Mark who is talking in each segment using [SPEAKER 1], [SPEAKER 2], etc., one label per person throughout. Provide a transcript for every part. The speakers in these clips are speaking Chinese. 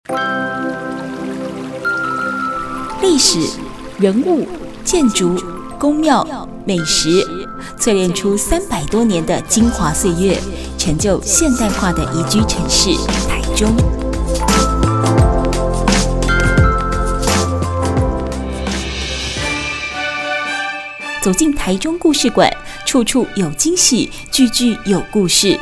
[SPEAKER 1] 历史、人物、建筑、宫庙、美食，淬炼出300多年的精华岁月，成就现代化的宜居城市台中。走进台中故事馆，处处有惊喜，句句有故事。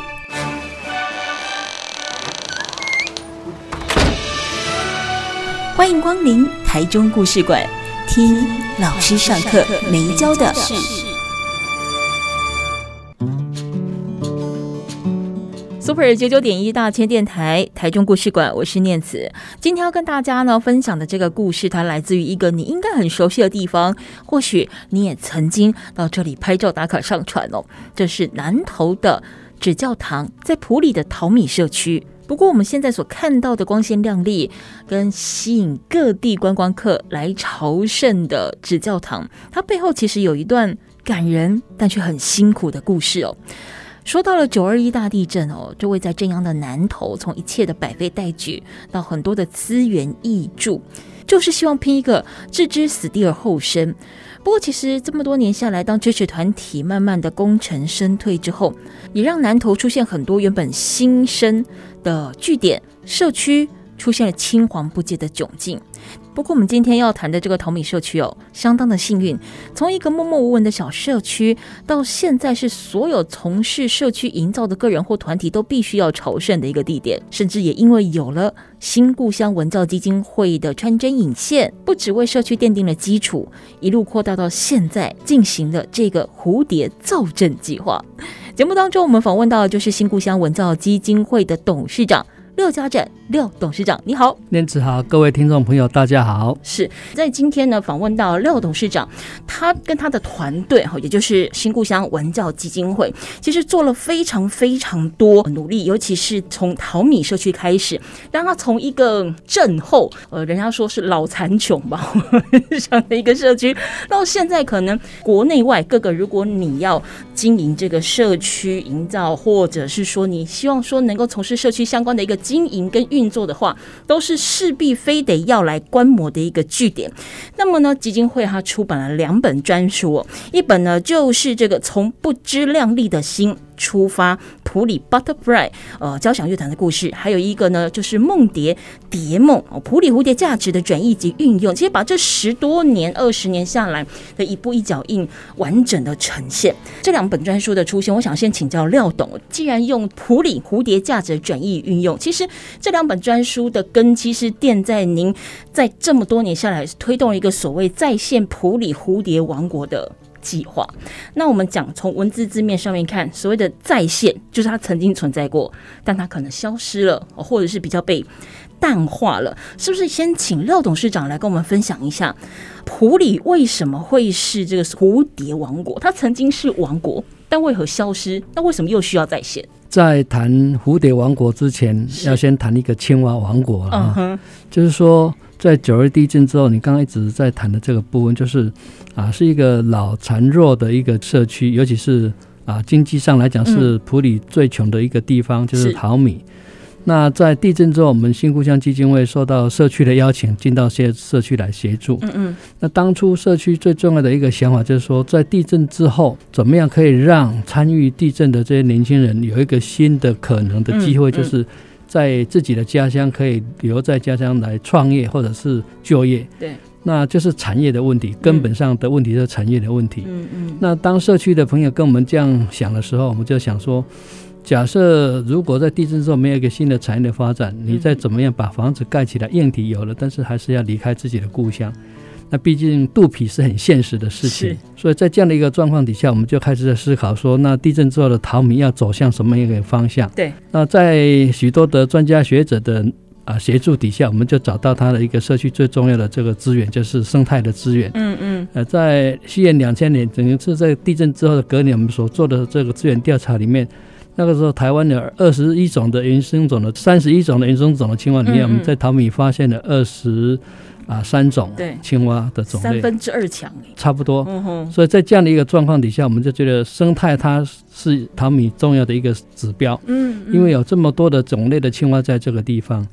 [SPEAKER 1] 欢迎光临台中故事馆，听老师上课没教的事。Super 99.1大千电台台中故事馆，我是念慈。今天要跟大家呢分享的这个故事，它来自于一个你应该很熟悉的地方，或许你也曾经到这里拍照打卡上传哦。这是南投的纸教堂，在埔里的桃米社区。不过我们现在所看到的光鲜亮丽跟吸引各地观光客来朝圣的纸教堂，它背后其实有一段感人但却很辛苦的故事哦。说到了921大地震哦，这位在震央的南投，从一切的百废待举到很多的资源挹注，就是希望拼一个置之死地而后生。不过其实这么多年下来，当支持团体慢慢的功成身退之后，也让南投出现很多原本新生的据点社区，出现了青黄不接的窘境。不过我们今天要谈的这个桃米社区哦，相当的幸运，从一个默默无闻的小社区，到现在是所有从事社区营造的个人或团体都必须要朝圣的一个地点，甚至也因为有了新故乡文教基金会的穿针引线，不只为社区奠定了基础，一路扩大到现在进行了这个蝴蝶造镇计划。节目当中我们访问到的就是新故乡文教基金会的董事长廖家展，廖董事长你好。
[SPEAKER 2] 念慈好，各位听众朋友大家好。
[SPEAKER 1] 是在今天呢访问到廖董事长，他跟他的团队也就是新故乡文教基金会，其实做了非常非常多努力，尤其是从桃米社区开始，让他从一个震后人家说是老残穷吧这样的一个社区，到现在可能国内外各个，如果你要经营这个社区营造，或者是说你希望说能够从事社区相关的一个经营跟运作的话，都是势必非得要来观摩的一个据点。那么呢，基金会它出版了2本专书，一本呢就是这个从不知量力的心出发，埔里 Butterfly 交响乐团的故事，还有一个呢就是梦蝶蝶梦，埔里蝴蝶价值的转译及运用，其实把这10多年20年下来的一步一脚印完整的呈现。这2本专书的出现，我想先请教廖董，既然用埔里蝴蝶价值的转译运用，其实这2本专书的根基是奠在您在这么多年下来推动一个所谓再现埔里蝴蝶王国的计划。那我们讲从文字字面上面看，所谓的再现就是它曾经存在过，但它可能消失了，或者是比较被淡化了。是不是先请廖董事长来跟我们分享一下，埔里为什么会是这个蝴蝶王国？它曾经是王国，但为何消失？那为什么又需要再现？
[SPEAKER 2] 在谈蝴蝶王国之前，要先谈一个青蛙王国就是说在921地震之后，你刚刚一直在谈的这个部分，就是是一个老残弱的一个社区，尤其是经济上来讲是埔里最穷的一个地方，就是桃米。那在地震之后，我们新故乡基金会受到社区的邀请，进到社区来协助。那当初社区最重要的一个想法就是说，在地震之后，怎么样可以让参与地震的这些年轻人有一个新的可能的机会，就是在自己的家乡可以留在家乡来创业或者是就业。对，那就是产业的问题，根本上的问题是产业的问题。那当社区的朋友跟我们这样想的时候，我们就想说，假设如果在地震之后没有一个新的产业的发展，你再怎么样把房子盖起来，硬体有了，但是还是要离开自己的故乡。那毕竟肚皮是很现实的事情，所以在这样的一个状况底下，我们就开始在思考说，那地震之后的桃米要走向什么一个方向？对，那在许多的专家学者的协助底下，我们就找到它的一个社区最重要的这个资源，就是生态的资源。在西元2000年，等于是在地震之后的隔年，我们所做的这个资源调查里面，那个时候台湾有21种的原生种的31种的原生种的青蛙里面，我们在桃米发现了23种青蛙的种类，2/3强，差不多。所以在这样的一个状况底下，我们就觉得生态它是桃米重要的一个指标。因为有这么多的种类的青蛙在这个地方。对。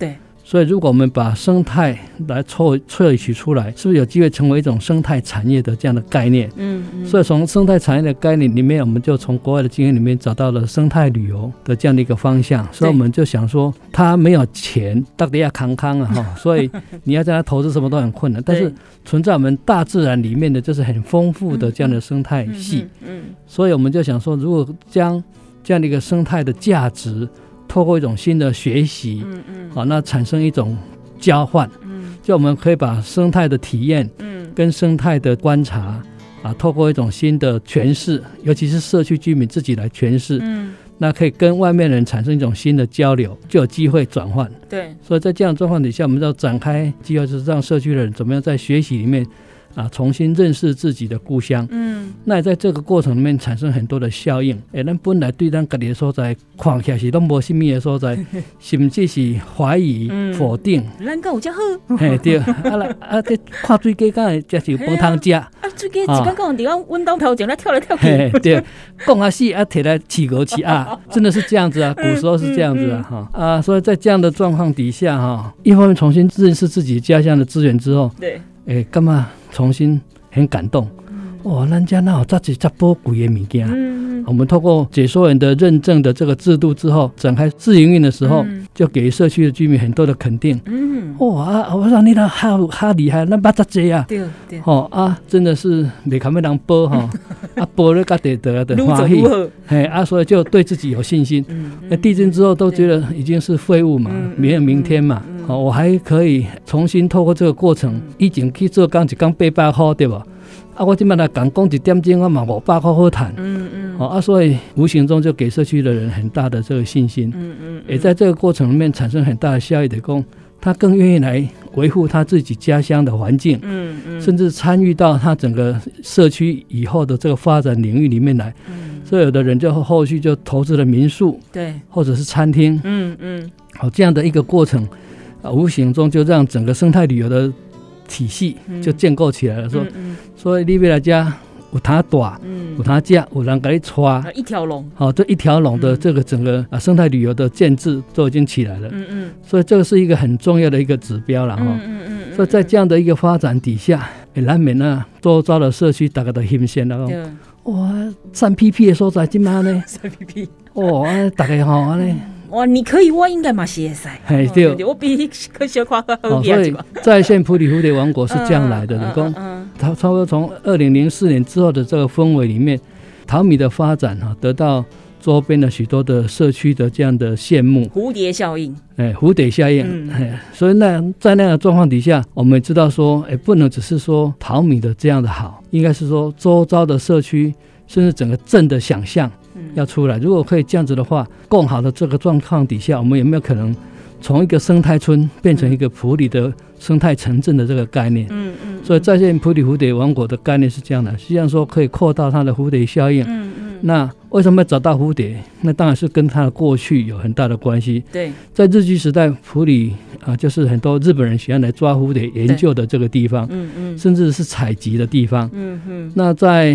[SPEAKER 2] 所以如果我们把生态来萃取出来，是不是有机会成为一种生态产业的这样的概念？所以从生态产业的概念里面，我们就从国外的经验里面找到了生态旅游的这样的一个方向。所以我们就想说，他没有钱，到底要康啊所以你要在他投资什么都很困难。但是存在我们大自然里面的就是很丰富的这样的生态系。所以我们就想说，如果将这样的一个生态的价值透过一种新的学习，那产生一种交换，就我们可以把生态的体验，跟生态的观察，透过一种新的诠释，尤其是社区居民自己来诠释，那可以跟外面人产生一种新的交流，就有机会转换。
[SPEAKER 1] 对，
[SPEAKER 2] 所以在这样的状况底下，我们要展开计划，就是让社区的人怎么样在学习里面重新认识自己的故乡。那也在这个过程里面产生很多的效应。咱本来对咱自己的所在看起来是都没什么的所在，甚至是怀疑、否定。
[SPEAKER 1] 咱敢有这好？
[SPEAKER 2] 对，这看水鸡敢才是有饭汤吃。
[SPEAKER 1] 水鸡一刚刚地方温刀头前来跳来跳去。
[SPEAKER 2] 对，讲啊死摕来起鹅起真的是这样子啊，古时候是这样子所以在这样的状况底下一方面重新认识自己家乡的资源之后，对，干嘛重新很感动？哇，咱家哪有这宝贵的物件？我们透过解说员的认证的这个制度之后，展开自营运的时候，就给社区的居民很多的肯定。哇，我说你那好厉害，那捌这济啊！对，真的是没看到人报报了，家己得欢喜，所以就对自己有信心。地震之后都觉得已经是废物嘛，没有明天嘛。我还可以重新透过这个过程，以前去做工一工800块，对吧？我现在来讲1点钟，我嘛500块好赚。所以无形中就给社区的人很大的这个信心。也在这个过程里面产生很大的效益的功，他更愿意来维护他自己家乡的环境，甚至参与到他整个社区以后的这个发展领域里面来。所以有的人就后续就投资了民宿，对，或者是餐厅，这样的一个过程，无形中就让整个生态旅游的体系就建构起来了。所以你要来家有它大，有它吃，有人给你带
[SPEAKER 1] 一条龙，
[SPEAKER 2] 这一条龙的这个整个生态旅游的建制都已经起来了。所以这个是一个很重要的一个指标了。所以在这样的一个发展底下，难免周遭的社区大家都欣羡了。哇，3PP 的所在今嘛呢？3PP，大家安尼。
[SPEAKER 1] 哇，你可以，我应该嘛是会使。对，我比科学夸好
[SPEAKER 2] 所以在线埔里蝴蝶王国是这样来的。你讲，差不多从2004年之后的这个氛围里面，淘米的发展得到周边的许多的社区的这样的羡慕。
[SPEAKER 1] 蝴蝶效应。
[SPEAKER 2] 蝴蝶效应。所以在那样的状况底下，我们也知道说，不能只是说淘米的这样的好，应该是说周遭的社区，甚至整个镇的想象。要出来，如果可以这样子的话，更好的这个状况底下，我们有没有可能从一个生态村变成一个埔里的生态城镇的这个概念？所以在线埔里蝴蝶王国的概念是这样的，实际上说可以扩大它的蝴蝶效应。那为什么要找到蝴蝶？那当然是跟它的过去有很大的关系。对，在日据时代，埔里就是很多日本人喜欢来抓蝴蝶研究的这个地方，甚至是采集的地方。那在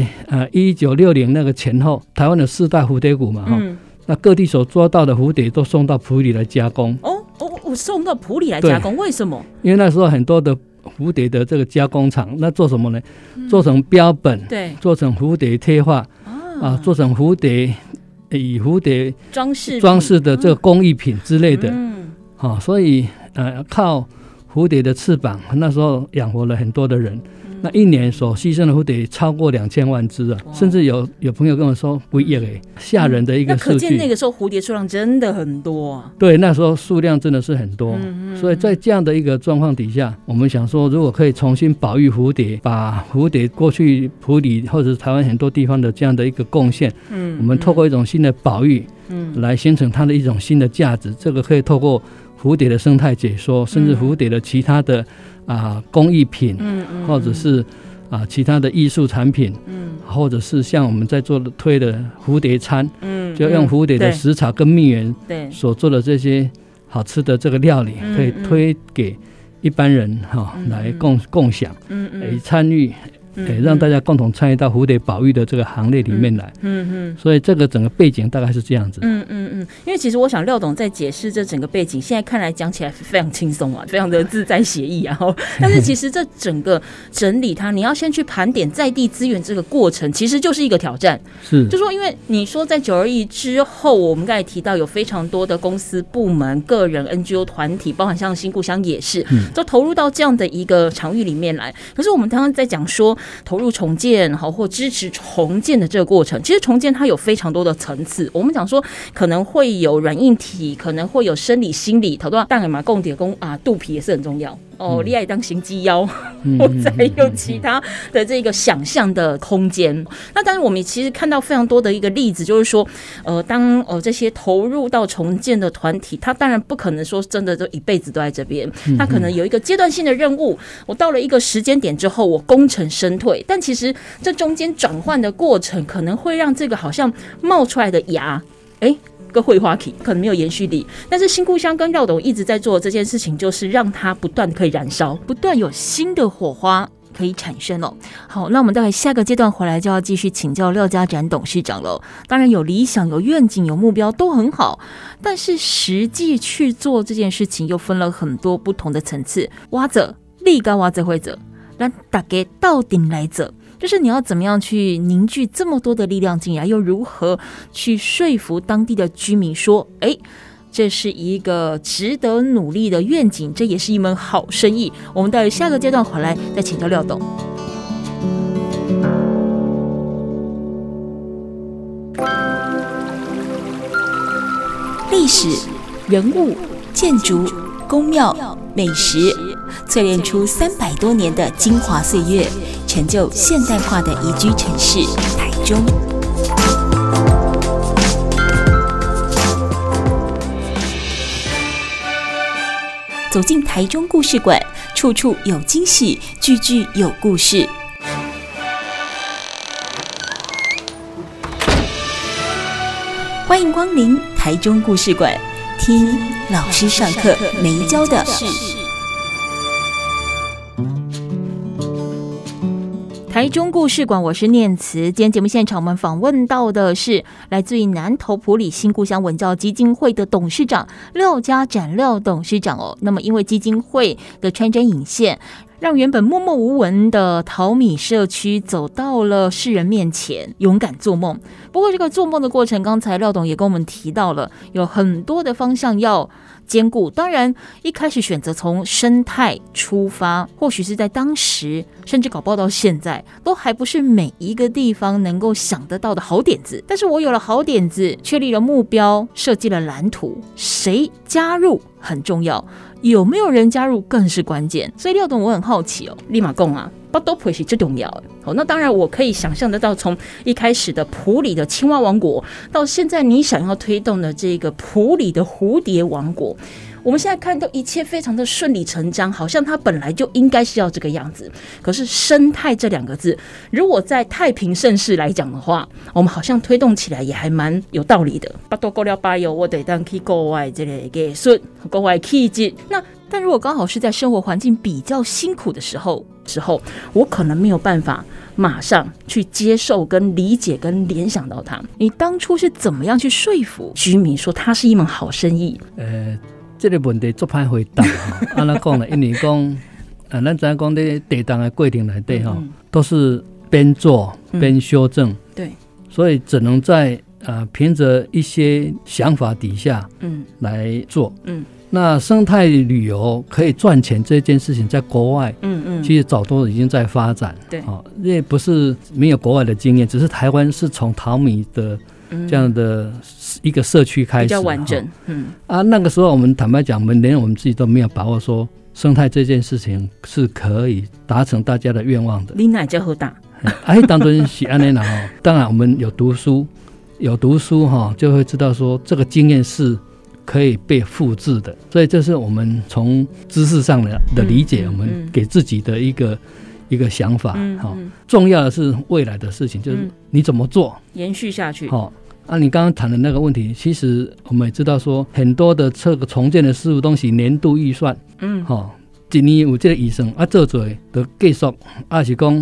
[SPEAKER 2] 1960那个前后，台湾有4大蝴蝶谷嘛，那各地所抓到的蝴蝶都送到埔里来加工。
[SPEAKER 1] 我送到埔里来加工，为什么？
[SPEAKER 2] 因为那时候很多的蝴蝶的这个加工厂，那做什么呢？做成标本，对，做成蝴蝶贴画。做成蝴蝶以蝴蝶装饰的这个工艺品之类的。所以靠蝴蝶的翅膀，那时候养活了很多的人。那一年所牺牲的蝴蝶超过2000万只啊，甚至有朋友跟我说不亿吓人的一个数据。
[SPEAKER 1] 可见那个时候蝴蝶数量真的很多啊。
[SPEAKER 2] 对，那时候数量真的是很多。所以在这样的一个状况底下，我们想说，如果可以重新保育蝴蝶，把蝴蝶过去埔里或者是台湾很多地方的这样的一个贡献，我们透过一种新的保育，来形成它的一种新的价值。这个可以透过蝴蝶的生态解说，甚至蝴蝶的其他的工艺品，或者是其他的艺术产品，或者是像我们在做的推的蝴蝶餐，就用蝴蝶的食草跟蜜源所做的这些好吃的这个料理，可以推给一般人来共享，参与让大家共同参与到蝴蝶保育的这个行列里面来。所以这个整个背景大概是这样子。
[SPEAKER 1] 因为其实我想廖董在解释这整个背景，现在看来讲起来非常轻松啊，非常的自在写意啊。但是其实这整个整理它，你要先去盘点在地资源这个过程，其实就是一个挑战。
[SPEAKER 2] 是，
[SPEAKER 1] 就说因为你说在921之后，我们刚才提到有非常多的公司、部门、个人、NGO 团体，包含像新故乡也是，都投入到这样的一个场域里面来。可是我们刚刚在讲说投入重建或支持重建的这个过程，其实重建它有非常多的层次。我们讲说可能会有软硬体，可能会有生理、心理，头到当然嘛，供铁供啊，肚皮也是很重要。你爱当行肌腰，或再有其他的这个想象的空间。那当然，我们其实看到非常多的一个例子，就是说，当这些投入到重建的团体，他当然不可能说真的就一辈子都在这边，他可能有一个阶段性的任务。我到了一个时间点之后，我功成身退，但其实这中间转换的过程，可能会让这个好像冒出来的芽，个会花期可能没有延续力，但是新故乡跟廖董一直在做这件事情，就是让它不断可以燃烧，不断有新的火花可以产生哦。好，那我们大概下个阶段回来就要继续请教廖家展董事长了。当然有理想、有愿景、有目标都很好，但是实际去做这件事情又分了很多不同的层次。挖者、立竿挖者会者，让大家到顶来者。就是你要怎么样去凝聚这么多的力量进来，又如何去说服当地的居民说，这是一个值得努力的愿景，这也是一门好生意。我们待下个阶段回来再请教廖董。历史、人物、建筑、宫庙、美食，淬炼出300多年的精华岁月，成就现代化的宜居城市台中。走进台中故事馆，处处有惊喜，句句有故事。欢迎光临台中故事馆，听老师上课没教的事。台中故事馆，我是念慈。今天节目现场我们访问到的是来自于南投埔里新故乡文教基金会的董事长廖家展廖董事长哦。那么因为基金会的穿针引线，让原本默默无闻的桃米社区走到了世人面前，勇敢做梦。不过这个做梦的过程，刚才廖董也跟我们提到了，有很多的方向要兼顾。当然一开始选择从生态出发，或许是在当时甚至搞不好到现在都还不是每一个地方能够想得到的好点子。但是我有了好点子，确立了目标，设计了蓝图，谁加入很重要，有没有人加入更是关键。所以廖董我很好奇哦，立马讲啊，不都配是最重要的。那当然我可以想象得到，从一开始的埔里的青蛙王国，到现在你想要推动的这个埔里的蝴蝶王国，我们现在看到一切非常的顺理成章，好像它本来就应该是要这个样子。可是生态这2个字，如果在太平盛世来讲的话，我们好像推动起来也还蛮有道理的。巴多过了巴油，我得当去国外这个艺术，国外气质。但如果刚好是在生活环境比较辛苦的时候，我可能没有办法马上去接受、跟理解、跟联想到它。你当初是怎么样去说服居民说它是一门好生意？
[SPEAKER 2] 这个问题足歹回答按怎讲呢？因为讲咱知影讲在地动的过程内底都是边做边修正，
[SPEAKER 1] 对，
[SPEAKER 2] 所以只能在凭着一些想法底下来做。那生态旅游可以赚钱这件事情，在国外其实早都已经在发展。
[SPEAKER 1] 对，
[SPEAKER 2] 也不是没有国外的经验，只是台湾是从桃米的这样的一个社区开始，比
[SPEAKER 1] 较完整。
[SPEAKER 2] 那个时候我们坦白讲，连我们自己都没有把握说生态这件事情是可以达成大家的愿望的。
[SPEAKER 1] 你哪叫好大？
[SPEAKER 2] 当然是这样啦。当然我们有读书就会知道说这个经验是可以被复制的，所以这是我们从知识上的理解，我们给自己的一个想法。重要的是未来的事情，就是你怎么做
[SPEAKER 1] 延续下去。
[SPEAKER 2] 你刚刚谈的那个问题，其实我们也知道说，很多的这个重建的事务东西年度预算，一年有这个预算做就继续，是讲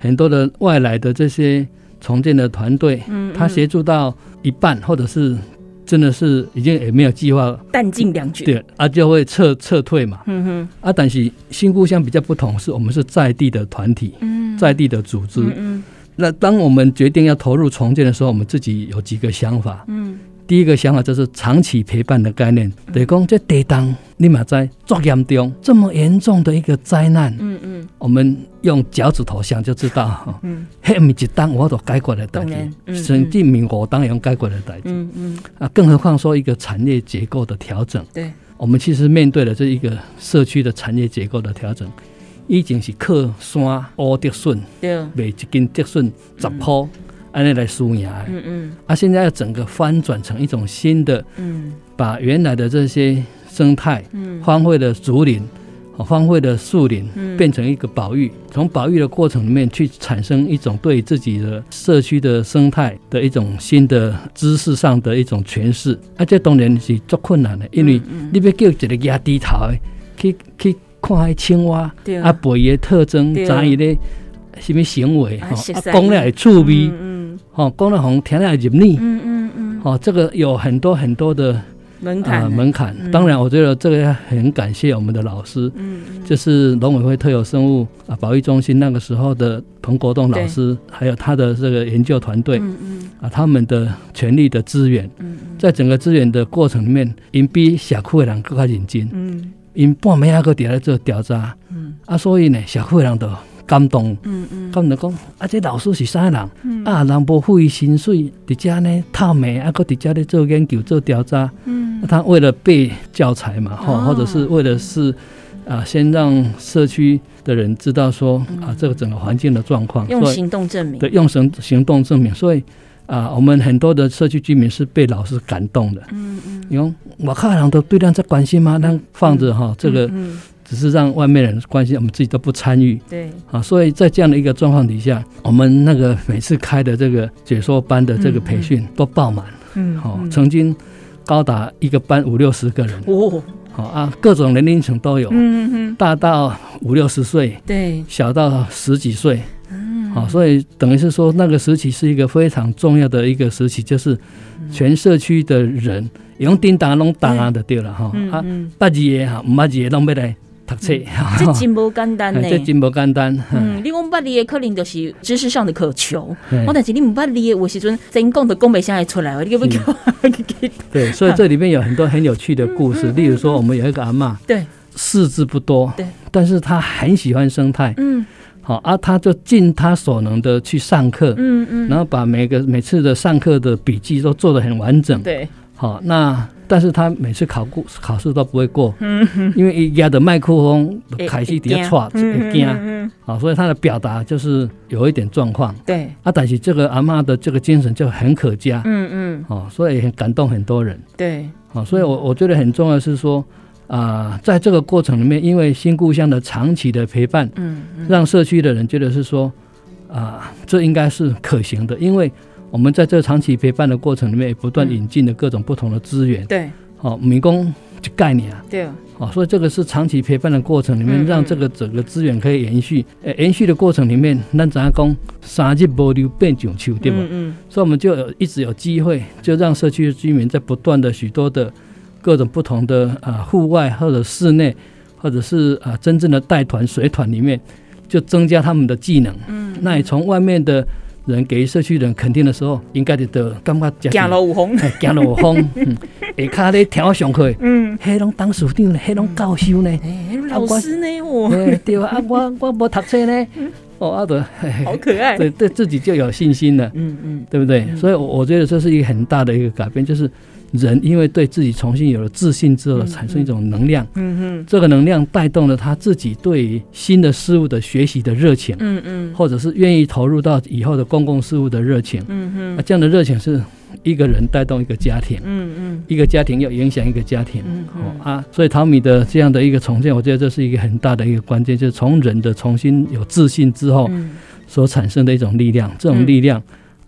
[SPEAKER 2] 很多的外来的这些重建的团队，他协助到一半，或者是真的是已经也没有计划，
[SPEAKER 1] 弹尽粮绝，
[SPEAKER 2] 对啊，就会撤退嘛。但是新故乡比较不同，是我们是在地的团体，在地的组织。那当我们决定要投入重建的时候，我们自己有几个想法。第一个想法就是长期陪伴的概念，就是说这地震你嘛知多严重，这么严重的一个灾难，我们用脚趾头想就知道，那不是一档我都解决的代志，甚至明5档也用解决的代志，更何况说一个产业结构的调整，对，我们其实面对了这一个社区的产业结构的调整，已经是靠山乌竹笋，卖一斤竹笋10块。按那来输赢，现在要整个翻转成一种新的，把原来的这些生态，荒废的竹林、荒废的树林，变成一个保育，从保育的过程里面去产生一种对自己的社区的生态的一种新的知识上的一种诠释，这当然是足困难的，因为你要叫一个压低头的去看那青蛙，背的特征，知伊咧什么行为，讲了会趣味。讲了红，听了入耳，这个有很多很多的门槛。当然，我觉得这个要很感谢我们的老师，就是农委会特有生物保育中心那个时候的彭国栋老师，还有他的这个研究团队，他们的全力的支援，在整个支援的过程里面，因比社区的人更加认真，因半暝还搁伫咧做调查，所以呢，社区的人都感动，感动讲这老师是啥人？人无付伊薪水，伫遮呢透明，搁伫遮咧做研究、做调查。他为了备教材嘛，或者是为了是先让社区的人知道说这个整个环境的状况，
[SPEAKER 1] 用行动证明。对，
[SPEAKER 2] 用行动证明。所以我们很多的社区居民是被老师感动的。你讲外口人都对咱这关心吗？咱放着这个。只是让外面人关心，我们自己都不参与。对所以在这样的一个状况底下，我们那个每次开的这个解说班的这个培训都爆满。曾经高达一个班50-60个人。各种年龄层都有，大到50-60岁，对，小到10几岁。所以等于是说，那个时期是一个非常重要的一个时期，就是全社区的人用叮当拢当就对了捌字的唔捌字的拢要来读册，
[SPEAKER 1] 这真无简单呢。
[SPEAKER 2] 这真无简单。
[SPEAKER 1] 你讲捌字的可能就是知识上的渴求，但是你唔捌字的，有时阵真讲都讲不下来出来，你要不叫
[SPEAKER 2] 对，所以这里面有很多很有趣的故事。例如说，我们有一个阿嬷，对，识字不多，对，但是她很喜欢生态，他就尽他所能的去上课，然后把每次的上课的笔记都做得很完整，对，但是他每次考试都不会过，因为一压的麦克风开始底下喘，会惊，所以他的表达就是有一点状况，对，但是这个阿嬷的这个精神就很可嘉，所以很感动很多人，对，所以我觉得很重要的是说。在这个过程里面，因为新故乡的长期的陪伴，让社区的人觉得是说，这应该是可行的，因为我们在这个长期陪伴的过程里面，也不断引进了各种不同的资源，对，民工就概念对，所以这个是长期陪伴的过程里面，让这个整个资源可以延续，延续的过程里面，咱怎样讲三日无流变上树，对吧？所以我们就一直有机会，就让社区的居民在不断的许多的。各种不同的户外或者室内，或者是真正的带团随团里面，就增加他们的技能。那你从外面的人给社区人肯定的时候，应该就感觉
[SPEAKER 1] 行路有风，
[SPEAKER 2] 行路有风，下骹咧听我上课，迄拢董事长呢，迄拢教授呢，
[SPEAKER 1] 老师呢，
[SPEAKER 2] 对啊，我无读册呢。
[SPEAKER 1] 好可爱，
[SPEAKER 2] 对自己就有信心了，对不对？所以我觉得这是一个很大的一个改变，就是人因为对自己重新有了自信之后，产生一种能量，这个能量带动了他自己对于新的事物的学习的热情，或者是愿意投入到以后的公共事务的热情，这样的热情是一个人带动一个家庭，一个家庭要影响一个家庭，所以陶米的这样的一个重建，我觉得这是一个很大的一个关键，就是从人的重新有自信之后所产生的一种力量，这种力量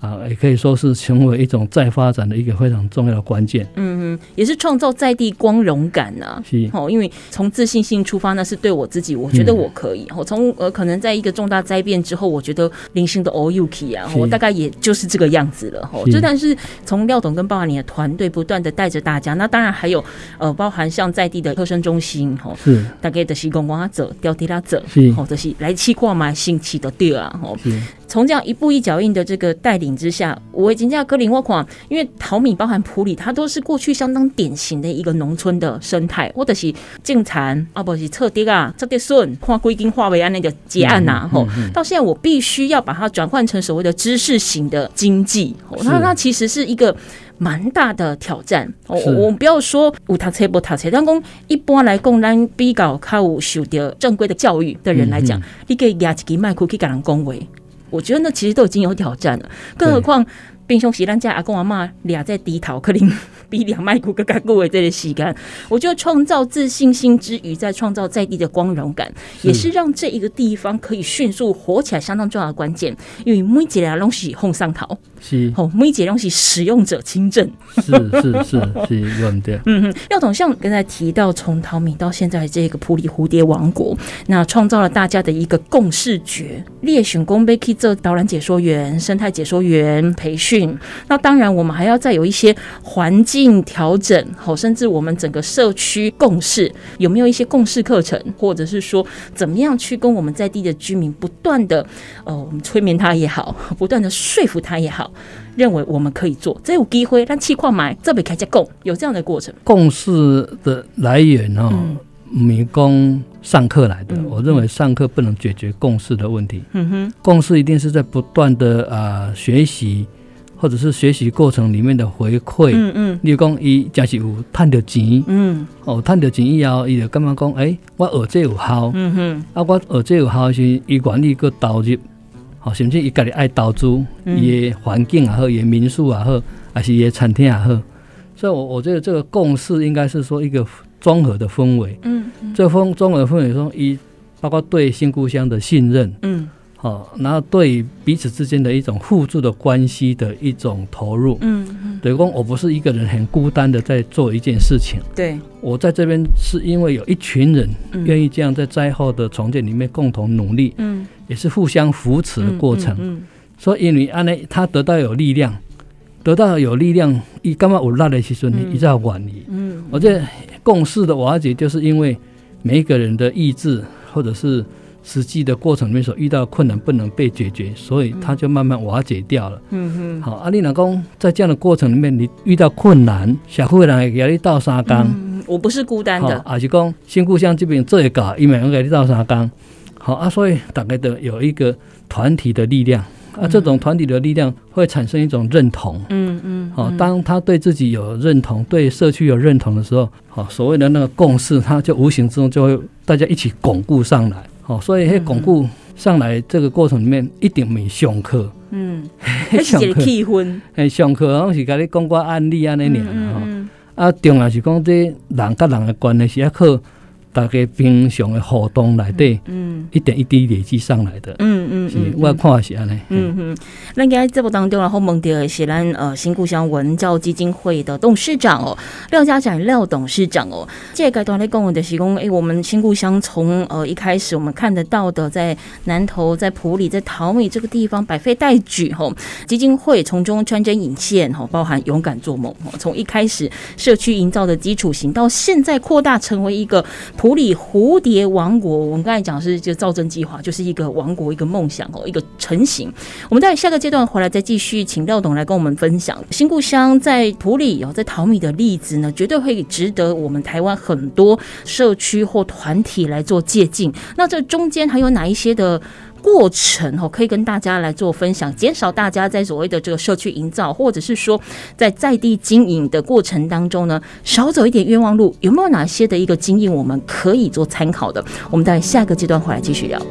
[SPEAKER 2] 也可以说是成为一种再发展的一个非常重要的关键。
[SPEAKER 1] 也是创造在地光荣感啊。
[SPEAKER 2] 是
[SPEAKER 1] 因为从自信心出发，那是对我自己，我觉得我可以。从可能在一个重大灾变之后，我觉得零星的 all you key 啊，我大概也就是这个样子了。就但是从廖董跟包含你的团队不断的带着大家，那当然还有包含像在地的特生中心，是大概的是公光者、调地拉者，就是来去看嘛，新奇的对啊。从这样一步一脚印的这个带领之下，我已经在格林沃款，因为桃米包含埔里，它都是过去相当典型的一个农村的生态，或者是种田啊，不是测地啊，测地笋，看规定化为安那个结案呐。到现在我必须要把它转换成所谓的知识型的经济，那其实是一个蛮大的挑战。我不要说有读册不读册，但讲一般来讲，咱比较有受到正规的教育的人来讲，你可以拿一支麦克去跟人讲话。我觉得那其实都已经有挑战了，更何况平常时咱家阿公阿嬷俩在低头，可能比两麦克更加久的这个时间。我觉得创造自信心之余，在创造在地的光荣感，也是让这一个地方可以迅速活起来相当重要的关键。因为每一个东西哄上头，是每一个东西使用者亲政，是用的。廖董像刚才提到，从桃米到现在这个埔里蝴蝶王国，那创造了大家的一个共视觉。列选工被去做导览解说员、生态解说员培训，那当然我们还要再有一些环境调整，甚至我们整个社区共识有没有一些共识课程，或者是说怎么样去跟我们在地的居民不断的我们催眠他也好，不断的说服他也好，认为我们可以做，这有机会咱试看买，这边开始讲有这样的过程。
[SPEAKER 2] 共识的来源不是说上课来的，我认为上课不能解决共识的问题。共识一定是在不断的学习，或者是学习过程里面的回馈。例如讲，伊真是有赚到钱，赚到钱以后，伊就感觉讲，我学这有效，我学这有效是伊愿意去投入，甚至伊家己爱投资，伊的环境也好，伊的民宿也好，还是伊的餐厅也好。所以我觉得这个共识应该是说一个综合的氛围。这综合的氛围中，包括对新故乡的信任，然后对彼此之间的一种互助的关系的一种投入。等于说我不是一个人很孤单的在做一件事情，对，我在这边是因为有一群人愿意这样在灾后的重建里面共同努力，也是互相扶持的过程。所以因为这样他得到有力量，他感觉有力的时候，他才愿意。我觉得共识的瓦解，就是因为每一个人的意志或者是实际的过程里面所遇到的困难不能被解决，所以它就慢慢瓦解掉了。好，你若说在这样的过程里面，你遇到困难，社会人会给你斗三工，
[SPEAKER 1] 我不是孤单的。
[SPEAKER 2] 还是讲新故乡这边做会到，他们会给你斗三工。好所以大概的有一个团体的力量。这种团体的力量会产生一种认同。当他对自己有认同，对社区有认同的时候，所谓的那个共识，他就无形之中就会大家一起巩固上来。所以巩固上来这个过程里面，一定没上课。
[SPEAKER 1] 那是一个气氛。
[SPEAKER 2] 上课好像是跟你讲过案例安尼尔。重要是讲这人跟人的关系是要靠大家平常的互动内底，一点一滴累积上来的。我看是安尼。
[SPEAKER 1] 咱今天节目当中，然后问到的是咱新故乡文教基金会的董事长廖家展廖董事长这个阶段来讲的是讲，我们新故乡从一开始我们看得到的，在南投、在埔里、在桃米这个地方百废待举基金会从中穿针引线包含勇敢做梦从一开始社区营造的基础型，到现在扩大成为一个埔里蝴蝶王国。我们刚才讲是就造镇计划，就是一个王国，一个梦想一个成型。我们在下个阶段回来再继续请廖董来跟我们分享新故乡在埔里在桃米的例子呢，绝对会值得我们台湾很多社区或团体来做借鉴。那这中间还有哪一些的过程可以跟大家来做分享，减少大家在所谓的这个社区营造，或者是说在地经营的过程当中呢，少走一点冤枉路，有没有哪些的一个经验我们可以做参考的？我们在下个阶段回来继续聊。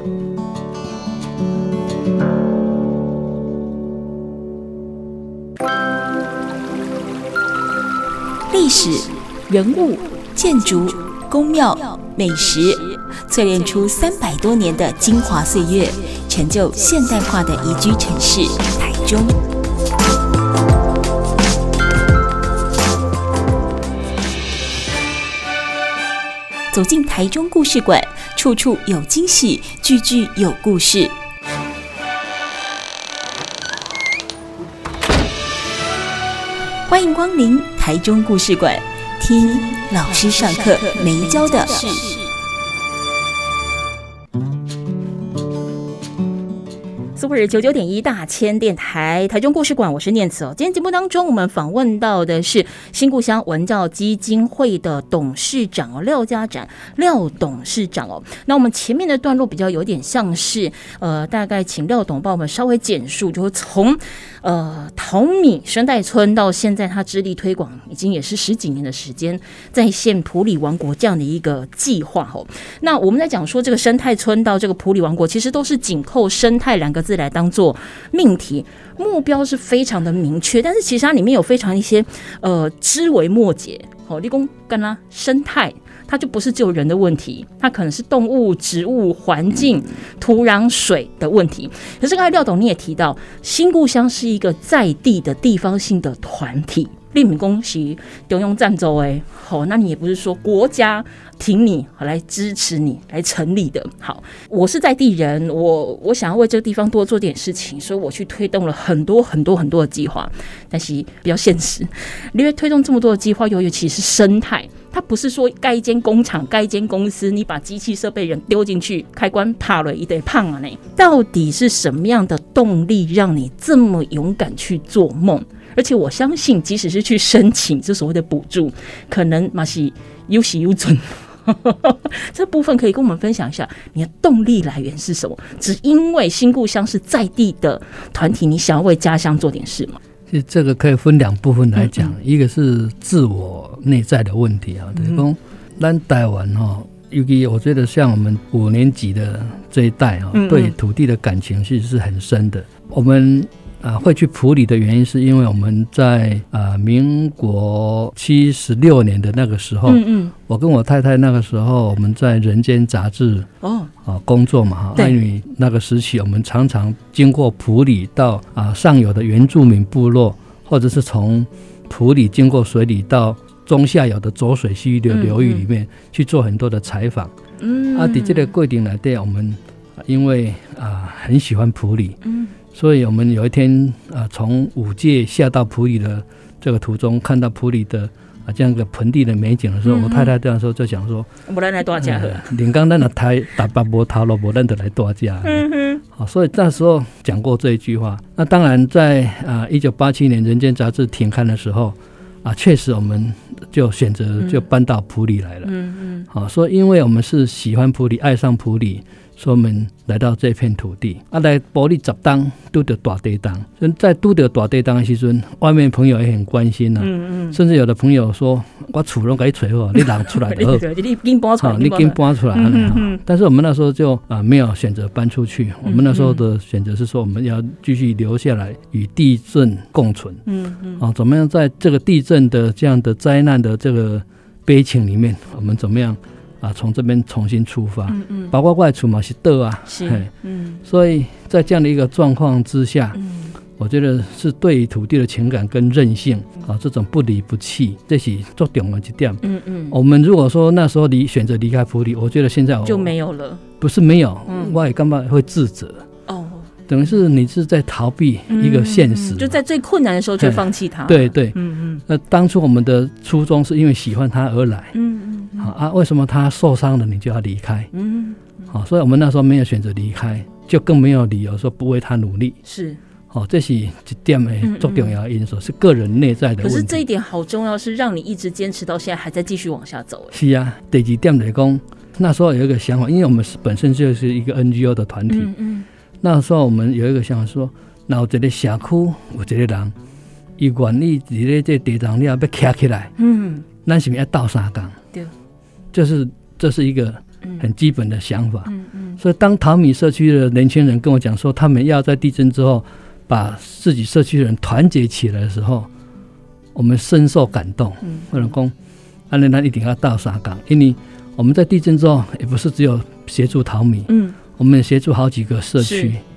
[SPEAKER 1] 历史、人物、建筑、宫庙、美食，淬炼出300多年的精华岁月，成就现代化的宜居城市台中。 走进台中故事馆，处处有惊喜，句句有故事。欢迎光临台中故事馆，听老师上课没教的事。Super 99.1大千电台台中故事馆，我是念慈哦。今天节目当中，我们访问到的是新故乡文教基金会的董事长哦，廖家展廖董事长哦。那我们前面的段落比较有点像是大概请廖董帮我们稍微简述，就是从桃米生态村到现在，他致力推广已经也是10几年的时间，在现埔里王国这样的一个计划哦。那我们在讲说这个生态村到这个埔里王国，其实都是紧扣生态2个字来当做命题，目标是非常的明确，但是其实它里面有非常一些枝微末节。你说跟它生态，它就不是只有人的问题，它可能是动物、植物、环境、土壤、水的问题。可是刚才廖董你也提到，新故乡是一个在地的地方性的团体。立敏公是中央赞助哎，好，那你也不是说国家挺你来支持你来成立的。好，我是在地人，我想要为这个地方多做点事情，所以我去推动了很多的计划。但是比较现实，因为推动这么多的计划，尤其是生态，它不是说盖一间工厂、盖一间公司，你把机器设备人丢进去，开关啪了一堆胖啊呢？到底是什么样的动力让你这么勇敢去做梦？而且我相信，即使是去申请这所谓的补助，可能嘛是有喜有准。这部分可以跟我们分享一下，你的动力来源是什么？只因为新故乡是在地的团体，你想要为家乡做点事吗？
[SPEAKER 2] 其实这个可以分2部分来讲，一个是自我内在的问题啊，就是说，咱台湾尤其我觉得像我们5年级的这一代对土地的感情其实是很深的。我们会去埔里的原因是因为我们在民国76年的那个时候，我跟我太太那个时候我们在人间杂志工作嘛，因为那个时期我们常常经过埔里到上游的原住民部落，或者是从埔里经过水里到中下游的浊水溪的流域里面去做很多的采访。在这个过程里面，我们因为很喜欢埔里，所以我们有一天从武界下到埔里的这个途中，看到埔里的这样一个盆地的美景的时候，我太太这样说就想说，
[SPEAKER 1] 我们来大家
[SPEAKER 2] 临刚咱的台打八波头路，我咱就来大家。好，所以那时候讲过这一句话。那当然在1987年人间杂志停刊的时候确实我们就选择就搬到埔里来了。好，所以因为我们是喜欢埔里，爱上埔里，所以我们来到这片土地来埔里10当拄到大地当，在拄到大地当的时候，外面朋友也很关心甚至有的朋友说，我厝都给你找好，你人出来就好
[SPEAKER 1] 你紧搬出来，
[SPEAKER 2] 你紧搬出来但是我们那时候就没有选择搬出去，我们那时候的选择是说，我们要继续留下来与地震共存。怎么样在这个地震的这样的灾难的这个悲情里面，我们怎么样从这边重新出发，包括我的厝嘛是倒所以在这样的一个状况之下，我觉得是对于土地的情感跟韧性这种不离不弃，这是最重要的一点。我们如果说那时候选择离开埔里，我觉得现在
[SPEAKER 1] 就没有了。不
[SPEAKER 2] 是没有，我也干嘛会自责等于是你是在逃避一个现实，
[SPEAKER 1] 就在最困难的时候就放弃它。
[SPEAKER 2] 对对，那当初我们的初衷是因为喜欢他而来，为什么他受伤了你就要离开？所以我们那时候没有选择离开，就更没有理由说不为他努力。
[SPEAKER 1] 是，
[SPEAKER 2] 这是一点的最重要的因素，是个人内在的问题。
[SPEAKER 1] 可是这一点好重要，是让你一直坚持到现在，还在继续往下走。
[SPEAKER 2] 是啊，第2点来讲，那时候有一个想法，因为我们本身就是一个 NGO 的团体。那时候我们有一个想法说，那有一个社区有一个人，他愿意在这地上要站起来，咱是不是要斗3工？对，这是一个很基本的想法。所以当桃米社区的年轻人跟我讲说，他们要在地震之后把自己社区的人团结起来的时候，我们深受感动。我就说，咱一定要斗3工，因为我们在地震之后，也不是只有协助桃米，我们也协助好几个社区，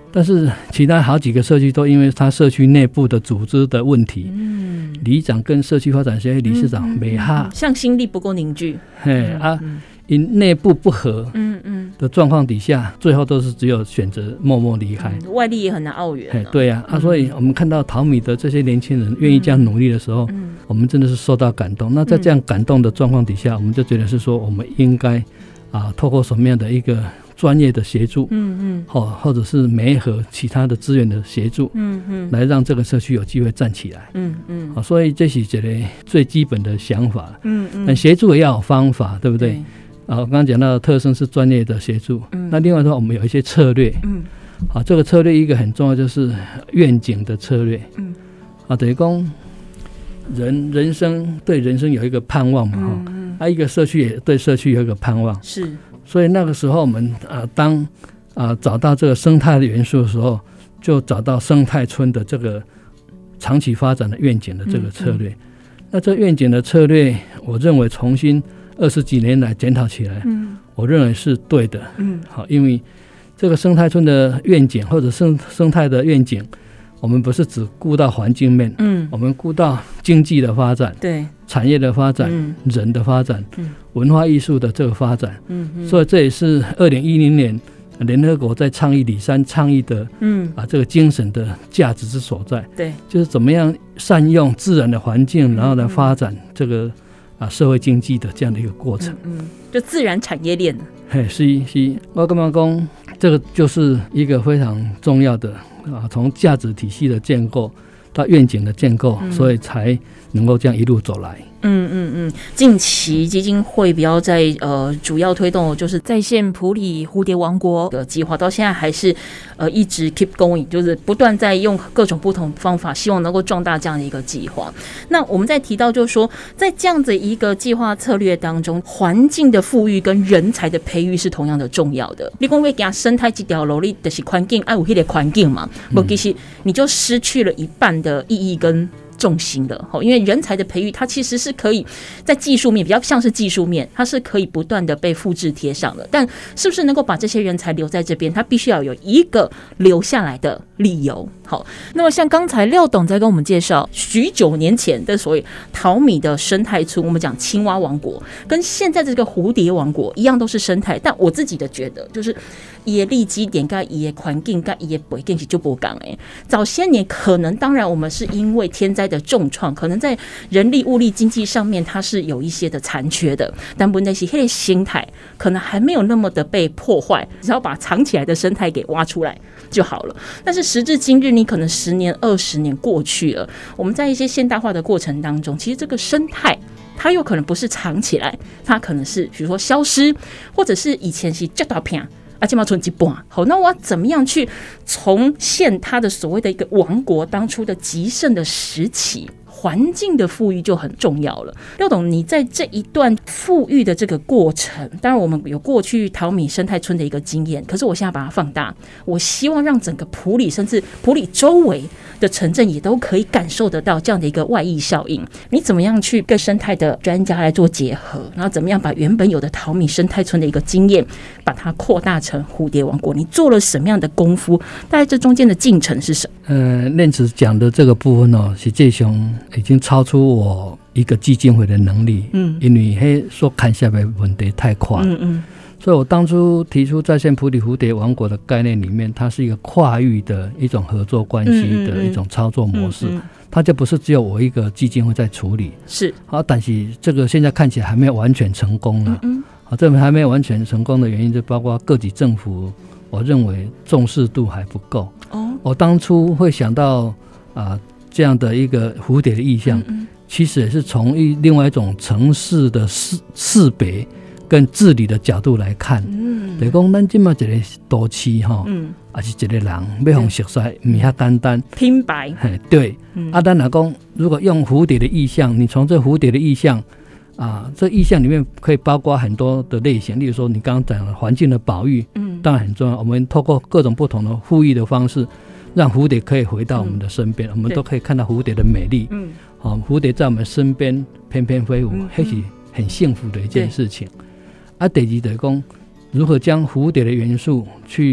[SPEAKER 2] 但是其他好几个社区都因为它社区内部的组织的问题，里长跟社区发展协会理事长没哈，
[SPEAKER 1] 向心力不够凝聚，
[SPEAKER 2] 因内部不合的状况底下，最后都是只有选择默默离开，
[SPEAKER 1] 外力也很难澳援。
[SPEAKER 2] 对啊，所以我们看到桃米的这些年轻人愿意这样努力的时候，我们真的是受到感动。那在这样感动的状况底下，我们就觉得是说，我们应该透过什么样的一个专业的协助，或者是媒合其他的资源的协助，来让这个社区有机会站起来，所以这是一个最基本的想法，但协助也要有方法，对不对？我刚刚讲到的特生是专业的协助，那另外的话我们有一些策略，这个策略一个很重要就是愿景的策略，等于说人生对人生有一个盼望嘛，一个社区也对社区有一个盼望，
[SPEAKER 1] 是，
[SPEAKER 2] 所以那个时候我们当找到这个生态的元素的时候，就找到生态村的这个长期发展的愿景的这个策略。那这愿景的策略，我认为重新20几年来检讨起来，我认为是对的。好，因为这个生态村的愿景或者生态的愿景，我们不是只顾到环境面，我们顾到经济的发展，对，产业的发展，人的发展，文化艺术的这个发展，所以这也是2010年联合国在倡议里山倡议的，这个精神的价值之所在，对，就是怎么样善用自然的环境，然后来发展这个社会经济的这样的一个过程，
[SPEAKER 1] 就自然产业链。
[SPEAKER 2] 是，我感觉说这个就是一个非常重要的从价值体系的建构到愿景的建构，所以才能够这样一路走来。
[SPEAKER 1] 近期基金会比较在主要推动就是在线埔里蝴蝶王国的计划，到现在还是一直 keep going， 就是不断在用各种不同方法，希望能够壮大这样的一个计划。那我们在提到就是说，在这样的一个计划策略当中，环境的富裕跟人才的培育是同样的重要的。你说要给生态这条路，你就是环境要有那个环境嘛，不其实你就失去了一半的意义跟重心的，因为人才的培育它其实是可以在技术面比较像是技术面，它是可以不断的被复制贴上的，但是不是能够把这些人才留在这边，它必须要有一个留下来的理由。好，那么像刚才廖董在跟我们介绍许久年前的所谓桃米的生态村，我们讲青蛙王国跟现在这个蝴蝶王国一样都是生态，但我自己的觉得就是也立基点跟也环境跟也背景就不讲哎，早些年可能当然我们是因为天灾的重创，可能在人力物力经济上面它是有一些的残缺的，但问题是那个心态可能还没有那么的被破坏，只要把藏起来的生态给挖出来就好了。但是时至今日，你可能10年20年过去了，我们在一些现代化的过程当中，其实这个生态它有可能不是藏起来，它可能是比如说消失，或者是以前是叫到片现在剩一半。好，那我要怎么样去重现它的所谓的一个王国当初的极盛的时期？环境的富裕就很重要了。廖董，你在这一段富裕的这个过程，当然我们有过去桃米生态村的一个经验，可是我现在把它放大，我希望让整个埔里甚至埔里周围的城镇也都可以感受得到这样的一个外溢效应。你怎么样去跟生态的专家来做结合，然后怎么样把原本有的桃米生态村的一个经验把它扩大成蝴蝶王国，你做了什么样的功夫？大概这中间的进程是什么？
[SPEAKER 2] 念慈讲的这个部分实际上已经超出我一个基金会的能力，因为所看下来的问题太快，所以我当初提出在线埔里蝴蝶王国的概念里面，它是一个跨域的一种合作关系的一种操作模式，它就不是只有我一个基金会在处理，是好，但是这个现在看起来还没有完全成功了，这还没有完全成功的原因就包括各级政府，我认为重视度还不够。我当初会想到这样的一个蝴蝶的意象，其实也是从另外一种城市的识别跟治理的角度来看，就是说咱现在这个都市还是一个人要用熟悉不那么简单
[SPEAKER 1] 拼白，
[SPEAKER 2] 对，咱来说如果用蝴蝶的意象，你从这蝴蝶的意象这意象里面可以包括很多的类型，例如说你刚刚讲的环境的保育，当然很重要，我们透过各种不同的富裕的方式让蝴蝶可以回到我们的身边，我们都可以看到蝴蝶的美丽，蝴蝶在我们身边翩翩飞舞，那是很幸福的一件事情。第二就是说如何将蝴蝶的元素去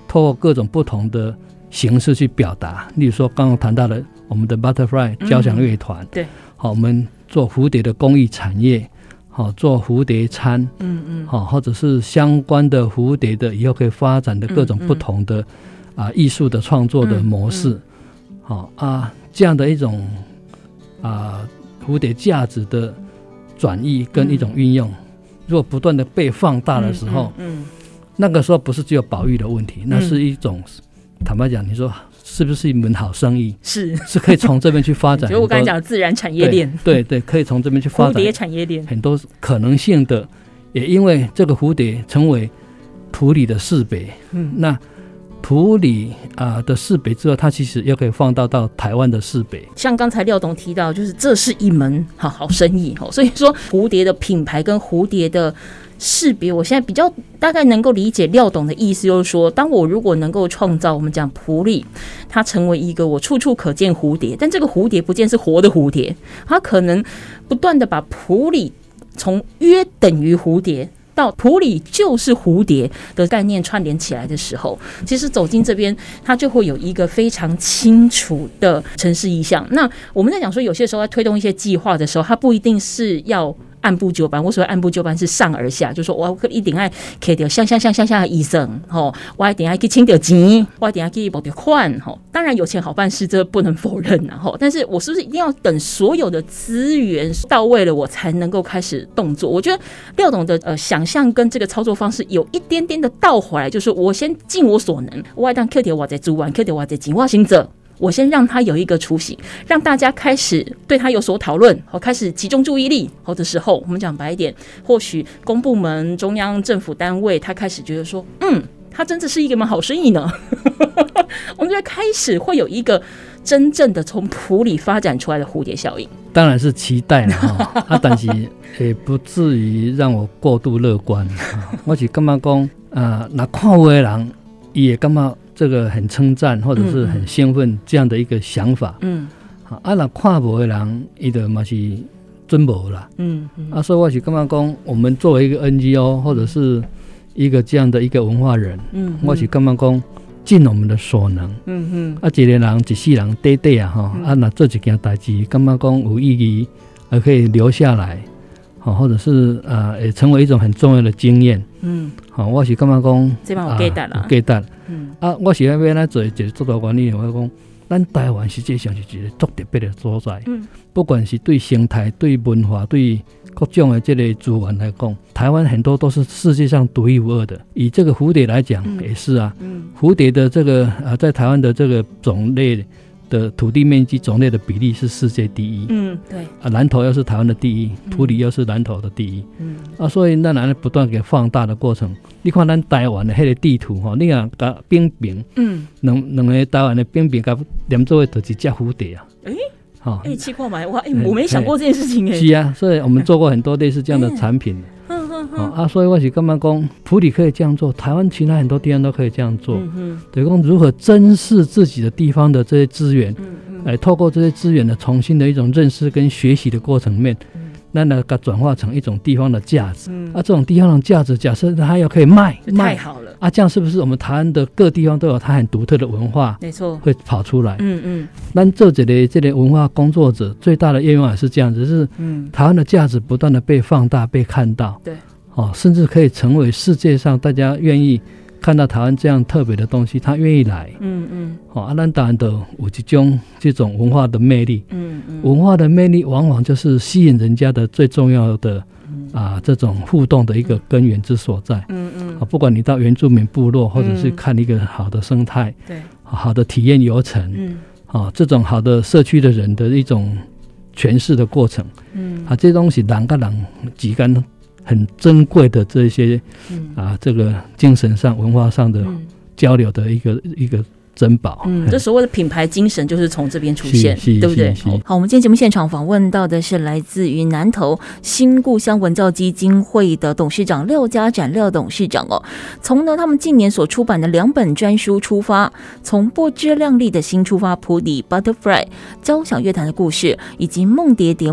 [SPEAKER 2] 透过各种不同的形式去表达。例如说刚刚谈到的我们的 Butterfly 交响乐团，
[SPEAKER 1] 对，
[SPEAKER 2] 好，我们做蝴蝶的公益产业，好，做蝴蝶餐，好，或者是相关的蝴蝶的以后可以发展的各种不同的艺术的创作的模式，好这样的一种蝴蝶价值的转移跟一种运用，如果不断的被放大的时候，那个时候不是只有保育的问题，那是一种坦白讲，你说是不是一门好生意？是可以从这边去发展。就
[SPEAKER 1] 我刚才讲的自然产业链，
[SPEAKER 2] 对，可以从这边去发展
[SPEAKER 1] 蝴蝶产业链
[SPEAKER 2] 很多可能性的。也因为这个蝴蝶成为埔里的市北，那埔里的市北之后，它其实又可以放到台湾的市北。
[SPEAKER 1] 像刚才廖董提到，就是这是一门好生意，所以说蝴蝶的品牌跟蝴蝶的识别，我现在比较大概能够理解廖董的意思，就是说，当我如果能够创造我们讲埔里，它成为一个我处处可见蝴蝶，但这个蝴蝶不见是活的蝴蝶，它可能不断的把埔里从约等于蝴蝶到埔里就是蝴蝶的概念串联起来的时候，其实走进这边，它就会有一个非常清楚的城市意象。那我们在讲说，有些时候在推动一些计划的时候，它不一定是要按部就班。我所谓按部就班是上而下，就是说我一定要摕到向下的医生，我一定要去清到钱，我一定要去募到款。当然有钱好办事，这不能否认，但是我是不是一定要等所有的资源到位了，我才能够开始动作？我觉得廖董的想象跟这个操作方式有一点点的倒回来，就是我先尽我所能，我当摕到我在资源，摕到我在钱，我先做。我先让他有一个雏形，让大家开始对他有所讨论，开始集中注意力的时候，我们讲白一点，或许公部门、中央政府单位，他开始觉得说，他真的是一个蛮好生意呢。我们就开始会有一个真正的从埔里发展出来的蝴蝶效应。
[SPEAKER 2] 当然是期待了但是也不至于让我过度乐观。我是感觉讲那看有的人也感觉这个很称赞或者是很兴奋这样的一个想法，那看无的人他就嘛是准无啦，所以我是感觉讲，我们作为一个 NGO 或者是一个这样的一个文化人，我是感觉讲尽我们的所能，一个人一世人短短那做一件代志，感觉讲有意义，可以留下来，或者是也成为一种很重要的经验。我是感觉讲
[SPEAKER 1] 这帮有价值啦，
[SPEAKER 2] 有价值。我是要来做一个最大原因，我讲咱台湾实际上是一个足特别的所在，不管是对生态、对文化、对各种的这类资源来讲，台湾很多都是世界上独一无二的。以这个蝴蝶来讲，也是蝴蝶的这个在台湾的这个种类的土地面积种类的比例是世界第一，对南投又是台湾的第一，埔里又是南投的第一，所以咱来不断给放大的过程。你看咱台湾的那个地图你看甲并并，两个台湾的并并甲连做的就是一只蝴蝶
[SPEAKER 1] 奇怪嘛，我没想过这件事情
[SPEAKER 2] 是啊，所以我们做过很多类似这样的产品。所以我是感觉讲，埔里可以这样做，台湾其他很多地方都可以这样做。对，讲如何珍视自己的地方的这些资源，透过这些资源的重新的一种认识跟学习的过程里面，那把它转化成一种地方的价值。这种地方的价值，假设它要可以卖，
[SPEAKER 1] 太好了
[SPEAKER 2] 这样是不是我们台湾的各地方都有它很独特的文化？
[SPEAKER 1] 没错，
[SPEAKER 2] 会跑出来。咱做这类文化工作者最大的愿望也是这样子，是台湾的价值不断的被放大、被看到。对。甚至可以成为世界上大家愿意看到台湾这样特别的东西，他愿意来。咱当然都有这种文化的魅力。文化的魅力往往就是吸引人家的最重要的这种互动的一个根源之所在。不管你到原住民部落，或者是看一个好的生态，好的体验游程，这种好的社区的人的一种诠释的过程。这东西人跟人之间很珍贵的这些这个精神上文化上的交流的一个珍宝。
[SPEAKER 1] 这所谓的品牌精神就是从这边出现，对不对？好，我们今天节目现场访问到的是来自于南投新故乡文教基金会的董事长廖家展廖董事长从呢他们近年所出版的2本专书出发，从不知量力的新出发埔里 Butterfly 交响乐团的故事，以及梦蝶蝶梦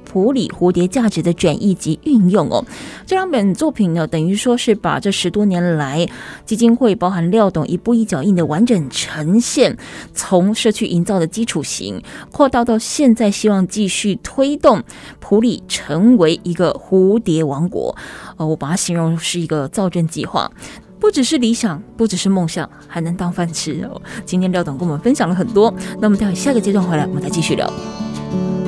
[SPEAKER 1] 埔里蝴蝶价值的转移及运用哦。这两本作品呢，等于说是把这10多年来基金会包含廖董一步一脚印的完整呈现，从社区营造的基础型扩大到现在希望继续推动埔里成为一个蝴蝶王国。我把它形容是一个造镇计划，不只是理想，不只是梦想，还能当饭吃哦。今天廖董跟我们分享了很多，那我们待会下个阶段回来，我们再继续聊。